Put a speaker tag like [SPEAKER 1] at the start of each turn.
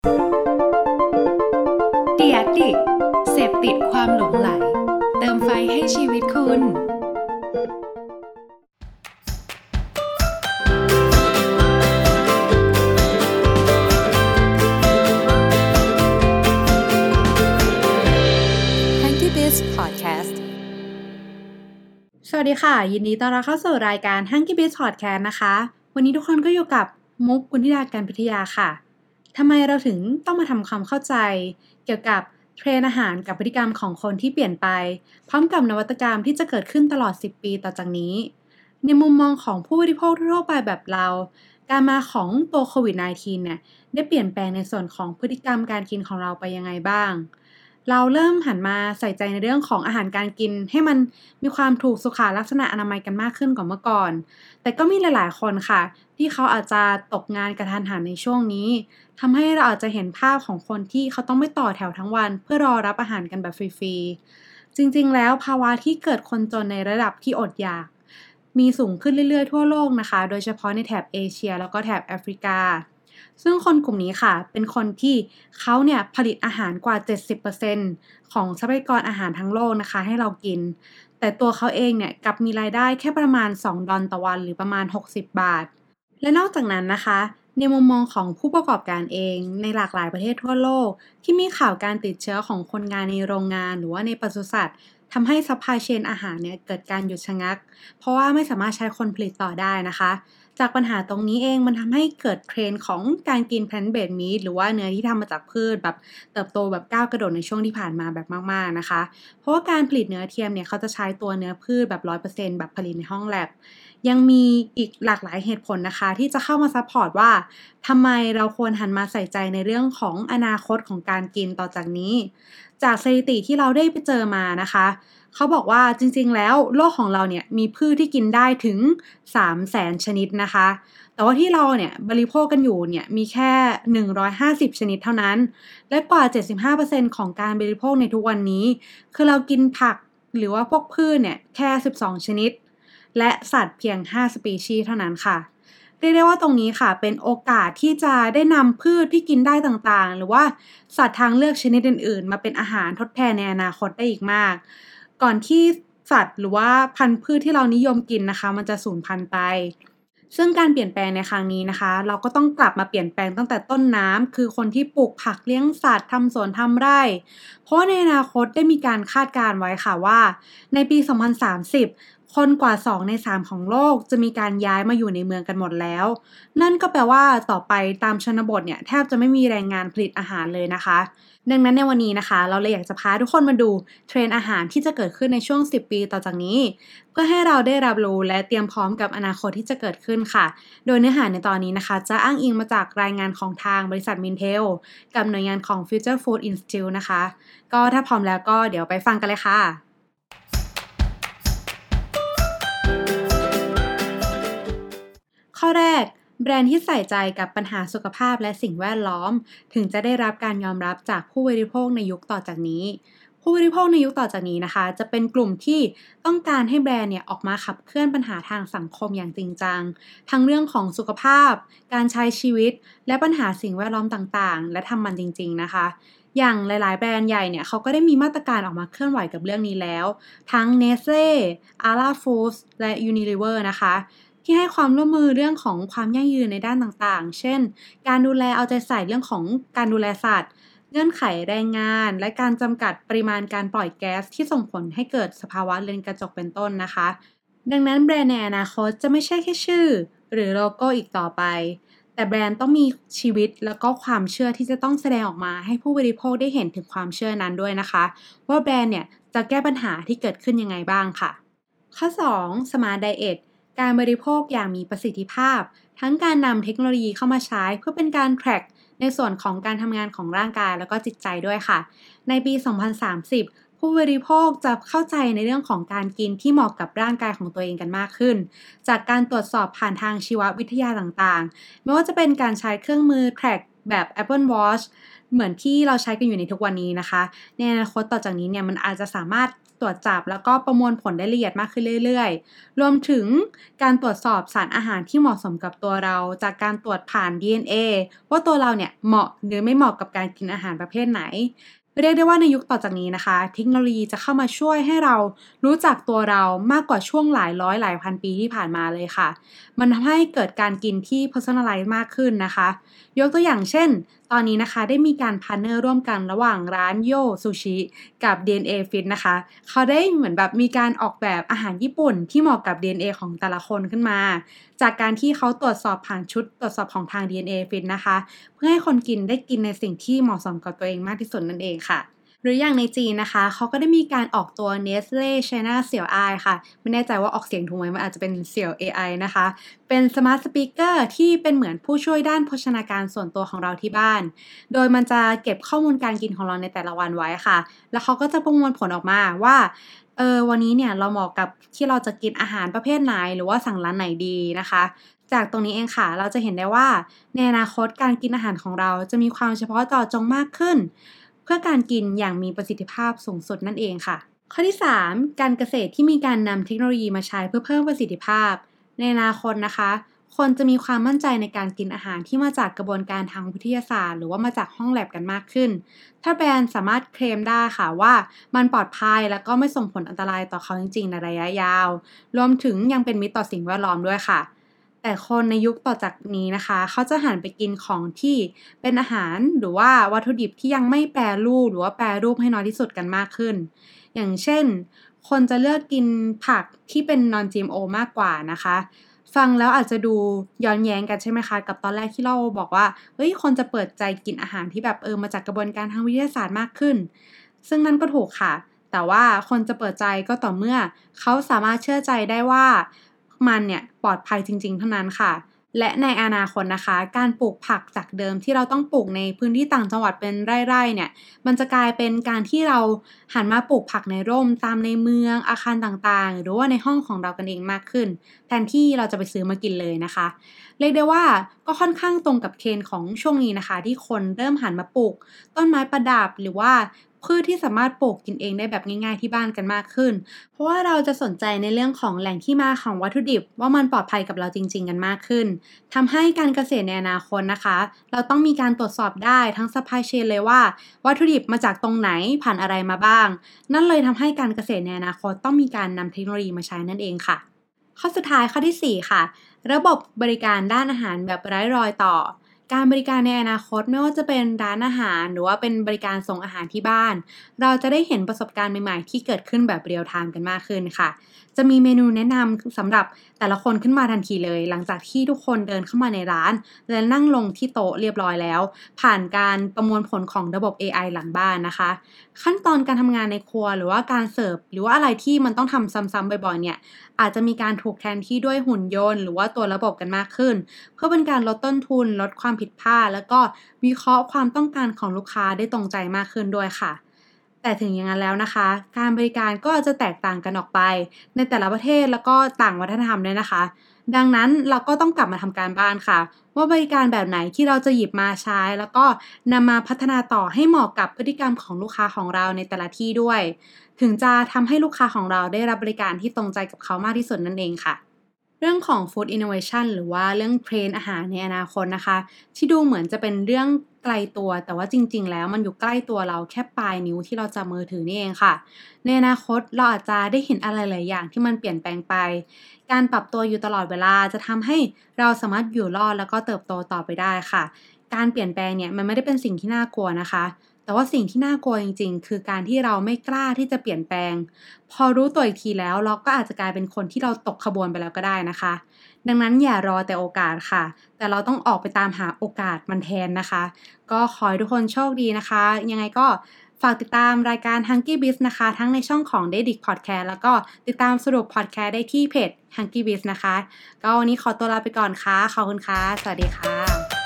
[SPEAKER 1] The Addict เสพติดความหลงใหลเติมไฟให้ชีวิตคุณ
[SPEAKER 2] Hanky Biz Podcast
[SPEAKER 3] สวัสดีค่ะยินดีต้อนรับเข้าสู่รายการ Hanky Biz Podcast นะคะวันนี้ทุกคนก็อยู่กับมุกกุณธิดาการพิทยาค่ะทำไมเราถึงต้องมาทำความเข้าใจเกี่ยวกับเทรนด์อาหารกับพฤติกรรมของคนที่เปลี่ยนไปพร้อมกับนวัตกรรมที่จะเกิดขึ้นตลอด10ปีต่อจากนี้ในมุมมองของผู้บริโภคทั่วไปแบบเราการมาของตัวโควิด -19 เนี่ยได้เปลี่ยนแปลงในส่วนของพฤติกรรมการกินของเราไปยังไงบ้างเราเริ่มหันมาใส่ใจในเรื่องของอาหารการกินให้มันมีความถูกสุขลักษณะอนามัยกันมากขึ้นกว่าเมื่อก่อนแต่ก็มีหลายๆคนค่ะที่เขาอาจจะตกงานกระทันหันในช่วงนี้ทำให้เราอาจจะเห็นภาพของคนที่เขาต้องไม่ต่อแถวทั้งวันเพื่อรอรับอาหารกันแบบฟรีๆจริงๆแล้วภาวะที่เกิดคนจนในระดับที่อดอยากมีสูงขึ้นเรื่อยๆทั่วโลกนะคะโดยเฉพาะในแถบเอเชียแล้วก็แถบแอฟริกาซึ่งคนกลุ่มนี้ค่ะเป็นคนที่เขาเนี่ยผลิตอาหารกว่า 70% ของทรัพยากรอาหารทั้งโลกนะคะให้เรากินแต่ตัวเขาเองเนี่ยกลับมีรายได้แค่ประมาณ$2ต่อวันหรือประมาณ60 บาทและนอกจากนั้นนะคะในมุมมองของผู้ประกอบการเองในหลากหลายประเทศทั่วโลกที่มีข่าวการติดเชื้อของคนงานในโรงงานหรือว่าในปศุสัตว์ทำให้ซัพพลายเชนอาหารเนี่ยเกิดการหยุดชะงักเพราะว่าไม่สามารถใช้คนผลิตต่อได้นะคะจากปัญหาตรงนี้เองมันทำให้เกิดเทรนด์ของการกิน plant-based meat หรือว่าเนื้อที่ทำมาจากพืชแบบเติบโตแบบก้าวกระโดดในช่วงที่ผ่านมาแบบมากๆนะคะเพราะว่าการผลิตเนื้อเทียมเนี่ยเขาจะใช้ตัวเนื้อพืชแบบ 100% แบบผลิตในห้องแลบยังมีอีกหลากหลายเหตุผลนะคะที่จะเข้ามาซัพพอร์ตว่าทำไมเราควรหันมาใส่ใจในเรื่องของอนาคตของการกินต่อจากนี้จากสถิติที่เราได้ไปเจอมานะคะเขาบอกว่าจริงๆแล้วโลกของเราเนี่ยมีพืชที่กินได้ถึง 300,000 ชนิดนะคะแต่ว่าที่เราเนี่ยบริโภคกันอยู่เนี่ยมีแค่150ชนิดเท่านั้นและกว่า 75% ของการบริโภคในทุกวันนี้คือเรากินผักหรือว่าพวกพืชเนี่ยแค่12ชนิดและสัตว์เพียง5สปีชีส์เท่านั้นค่ะเรียกได้ว่าตรงนี้ค่ะเป็นโอกาสที่จะได้นำพืชที่กินได้ต่างๆหรือว่าสัตว์ทางเลือกชนิดอื่นๆมาเป็นอาหารทดแทนในอนาคตได้อีกมากก่อนที่สัตว์หรือว่าพันธุ์พืชที่เรานิยมกินนะคะมันจะสูญพันธุ์ไปซึ่งการเปลี่ยนแปลงในครั้งนี้นะคะเราก็ต้องกลับมาเปลี่ยนแปลงตั้งแต่ต้นน้ำคือคนที่ปลูกผักเลี้ยงสัตว์ทำสวนทำไร่เพราะว่าในอนาคตได้มีการคาดการณ์ไว้ค่ะว่าในปี2030คนกว่า2ใน3ของโลกจะมีการย้ายมาอยู่ในเมืองกันหมดแล้วนั่นก็แปลว่าต่อไปตามชนบทเนี่ยแทบจะไม่มีแรงงานผลิตอาหารเลยนะคะดังนั้นในวันนี้นะคะเราเลยอยากจะพาทุกคนมาดูเทรนด์อาหารที่จะเกิดขึ้นในช่วง10ปีต่อจากนี้เพื่อให้เราได้รับรู้และเตรียมพร้อมกับอนาคตที่จะเกิดขึ้นค่ะโดยเนื้อหาในตอนนี้นะคะจะอ้างอิงมาจากรายงานของทางบริษัท Mintel กับหน่วยงานของ Future Food Institute นะคะก็ถ้าพร้อมแล้วก็เดี๋ยวไปฟังกันเลยค่ะข้อแรกแบรนด์ที่ใส่ใจกับปัญหาสุขภาพและสิ่งแวดล้อมถึงจะได้รับการยอมรับจากผู้บริโภคในยุคต่อจากนี้ผู้บริโภคในยุคต่อจากนี้นะคะจะเป็นกลุ่มที่ต้องการให้แบรนด์เนี่ยออกมาขับเคลื่อนปัญหาทางสังคมอย่างจริงจังทั้งเรื่องของสุขภาพการใช้ชีวิตและปัญหาสิ่งแวดล้อมต่างๆและทำมันจริงๆนะคะอย่างหลายๆแบรนด์ใหญ่เนี่ยเขาก็ได้มีมาตรการออกมาเคลื่อนไหวกับเรื่องนี้แล้วทั้ง Nestle, Arla Foods และ Unilever นะคะที่ให้ความร่วมมือเรื่องของความยั่งยืนในด้านต่างๆเช่นการดูแลเอาใจใส่เรื่องของการดูแลสัตว์เงื่อนไขแรงงานและการจำกัดปริมาณการปล่อยแก๊สที่ส่งผลให้เกิดสภาวะเรือนกระจกเป็นต้นนะคะดังนั้นแบรนด์ในอนาคตจะไม่ใช่แค่ชื่อหรือโลโก้อีกต่อไปแต่แบรนด์ต้องมีชีวิตแล้วก็ความเชื่อที่จะต้องแสดงออกมาให้ผู้บริโภคได้เห็นถึงความเชื่อนั้นด้วยนะคะว่าแบรนด์เนี่ยจะแก้ปัญหาที่เกิดขึ้นยังไงบ้างค่ะข้อ2 Smart Dietการบริโภคอย่างมีประสิทธิภาพทั้งการนำเทคโนโลยีเข้ามาใช้เพื่อเป็นการ track ในส่วนของการทำงานของร่างกายแล้วก็จิตใจด้วยค่ะในปี2030ผู้บริโภคจะเข้าใจในเรื่องของการกินที่เหมาะกับร่างกายของตัวเองกันมากขึ้นจากการตรวจสอบผ่านทางชีววิทยาต่างๆไม่ว่าจะเป็นการใช้เครื่องมือ track แบบ Apple Watch เหมือนที่เราใช้กันอยู่ในทุกวันนี้นะคะในอนาคตต่อจากนี้เนี่ยมันอาจจะสามารถตรวจจับแล้วก็ประมวลผลได้ละเอียดมากขึ้นเรื่อยๆรวมถึงการตรวจสอบสารอาหารที่เหมาะสมกับตัวเราจากการตรวจผ่าน DNA ว่าตัวเราเนี่ยเหมาะหรือไม่เหมาะกับการกินอาหารประเภทไหนเรียกได้ว่าในยุคต่อจากนี้นะคะเทคโนโลยีจะเข้ามาช่วยให้เรารู้จักตัวเรามากกว่าช่วงหลายร้อยหลายพันปีที่ผ่านมาเลยค่ะมันทำให้เกิดการกินที่ personalize มากขึ้นนะคะยกตัวอย่างเช่นตอนนี้นะคะได้มีการพาร์ทเนอร์ร่วมกันระหว่างร้านโยซูชิกับ DNA Fit นะคะเขาได้เหมือนแบบมีการออกแบบอาหารญี่ปุ่นที่เหมาะกับ DNA ของแต่ละคนขึ้นมาจากการที่เขาตรวจสอบผ่านชุดตรวจสอบของทาง DNA Fit นะคะเพื่อให้คนกินได้กินในสิ่งที่เหมาะสมกับตัวเองมากที่สุดนั่นเองค่ะหรืออย่างในจีนนะคะเขาก็ได้มีการออกตัว Nestle China เสี่ยวอ้ายค่ะไม่แน่ใจว่าออกเสียงถูกไหมมันอาจจะเป็นเสี่ยว AI นะคะเป็น Smart Speaker ที่เป็นเหมือนผู้ช่วยด้านโภชนาการส่วนตัวของเราที่บ้านโดยมันจะเก็บข้อมูลการกินของเราในแต่ละวันไว้ค่ะแล้วเขาก็จะประมวลผลออกมาว่าวันนี้เนี่ยเราเหมาะกับที่เราจะกินอาหารประเภทไหนหรือว่าสั่งร้านไหนดีนะคะจากตรงนี้เองค่ะเราจะเห็นได้ว่าในอนาคตการกินอาหารของเราจะมีความเฉพาะเจาะจงมากขึ้นเพื่อการกินอย่างมีประสิทธิภาพสูงสุดนั่นเองค่ะข้อที่ 3 การเกษตรที่มีการนำเทคโนโลยีมาใช้เพื่อเพิ่มประสิทธิภาพในอนาคตนะคะคนจะมีความมั่นใจในการกินอาหารที่มาจากกระบวนการทางวิทยาศาสตร์หรือว่ามาจากห้องแลบกันมากขึ้นถ้าแบรนด์สามารถเคลมได้ค่ะว่ามันปลอดภัยและก็ไม่ส่งผลอันตรายต่อเขาจริงๆในระยะยาวรวมถึงยังเป็นมิตรต่อสิ่งแวดล้อมด้วยค่ะแต่คนในยุคต่อจากนี้นะคะเขาจะหันไปกินของที่เป็นอาหารหรือว่าวัตถุดิบที่ยังไม่แปรรูปหรือว่าแปรรูปให้น้อยที่สุดกันมากขึ้นอย่างเช่นคนจะเลือกกินผักที่เป็น non GMO มากกว่านะคะฟังแล้วอาจจะดูย้อนแย้งกันใช่ไหมคะกับตอนแรกที่เราบอกว่าคนจะเปิดใจกินอาหารที่แบบมาจากกระบวนการทางวิทยาศาสตร์มากขึ้นซึ่งนั่นก็ถูกค่ะแต่ว่าคนจะเปิดใจก็ต่อเมื่อเขาสามารถเชื่อใจได้ว่ามันเนี่ยปลอดภัยจริงๆเท่านั้นค่ะและในอนาคตนะคะการปลูกผักจากเดิมที่เราต้องปลูกในพื้นที่ต่างจังหวัดเป็นไร่ๆเนี่ยมันจะกลายเป็นการที่เราหันมาปลูกผักในร่มตามในเมืองอาคารต่างๆหรือว่าในห้องของเรากันเองมากขึ้นแทนที่เราจะไปซื้อมากินเลยนะคะเรียกได้ว่าก็ค่อนข้างตรงกับเทรนด์ของช่วงนี้นะคะที่คนเริ่มหันมาปลูกต้นไม้ประดับหรือว่าพืชที่สามารถปลูกกินเองได้แบบง่ายๆที่บ้านกันมากขึ้นเพราะว่าเราจะสนใจในเรื่องของแหล่งที่มาของวัตถุดิบว่ามันปลอดภัยกับเราจริงๆกันมากขึ้นทำให้การเกษตรในอนาคตนะคะเราต้องมีการตรวจสอบได้ทั้ง supply chain เลยว่าวัตถุดิบมาจากตรงไหนผ่านอะไรมาบ้างนั่นเลยทำให้การเกษตรในอนาคตต้องมีการนำเทคโนโลยีมาใช้นั่นเองค่ะข้อสุดท้ายข้อที่ 4 ค่ะระบบบริการด้านอาหารแบบไร้รอยต่อการบริการในอนาคตไม่ว่าจะเป็นร้านอาหารหรือว่าเป็นบริการส่งอาหารที่บ้านเราจะได้เห็นประสบการณ์ใหม่ๆที่เกิดขึ้นแบบเรียลไทม์กันมากขึ้นค่ะจะมีเมนูแนะนำสำหรับแต่ละคนขึ้นมาทันทีเลยหลังจากที่ทุกคนเดินเข้ามาในร้านและนั่งลงที่โต๊ะเรียบร้อยแล้วผ่านการประมวลผลของระบบ AI หลังบ้านนะคะขั้นตอนการทำงานในครัวหรือว่าการเสิร์ฟหรือว่าอะไรที่มันต้องทำซ้ำๆบ่อยๆเนี่ยอาจจะมีการถูกแทนที่ด้วยหุ่นยนต์หรือว่าตัวระบบกันมากขึ้นเพื่อเป็นการลดต้นทุนลดความผิดพลาดแล้วก็วิเคราะห์ความต้องการของลูกค้าได้ตรงใจมากขึ้นด้วยค่ะแต่ถึงอย่างนั้นแล้วนะคะการบริการก็จะแตกต่างกันออกไปในแต่ละประเทศแล้วก็ต่างวัฒนธรรมด้วยนะคะดังนั้นเราก็ต้องกลับมาทำการบ้านค่ะว่าบริการแบบไหนที่เราจะหยิบมาใช้แล้วก็นำมาพัฒนาต่อให้เหมาะกับพฤติกรรมของลูกค้าของเราในแต่ละที่ด้วยถึงจะทำให้ลูกค้าของเราได้รับบริการที่ตรงใจกับเขามากที่สุดนั่นเองค่ะเรื่องของ Food Innovation หรือว่าเรื่องเทรนด์อาหารในอนาคตนะคะที่ดูเหมือนจะเป็นเรื่องไกลตัวแต่ว่าจริงๆแล้วมันอยู่ใกล้ตัวเราแค่ปลายนิ้วที่เราจับมือถือนี่เองค่ะในอนาคตเราอาจจะได้เห็นอะไรหลายอย่างที่มันเปลี่ยนแปลงไปการปรับตัวอยู่ตลอดเวลาจะทำให้เราสามารถอยู่รอดแล้วก็เติบโตต่อไปได้ค่ะการเปลี่ยนแปลงเนี่ยมันไม่ได้เป็นสิ่งที่น่ากลัวนะคะแต่ว่าสิ่งที่น่ากลัวจริงๆคือการที่เราไม่กล้าที่จะเปลี่ยนแปลงพอรู้ตัวอีกทีแล้วเราก็อาจจะกลายเป็นคนที่เราตกขบวนไปแล้วก็ได้นะคะดังนั้นอย่ารอแต่โอกาสค่ะแต่เราต้องออกไปตามหาโอกาสมันแทนนะคะก็ขอให้ทุกคนโชคดีนะคะยังไงก็ฝากติดตามรายการ Hunky Biz นะคะทั้งในช่องของ Dedic Podcast แล้วก็ติดตามสรุป Podcast ได้ที่เพจ Hunky Biz นะคะก็วันนี้ขอตัวลาไปก่อนค่ะขอบคุณค่ะสวัสดีค่ะ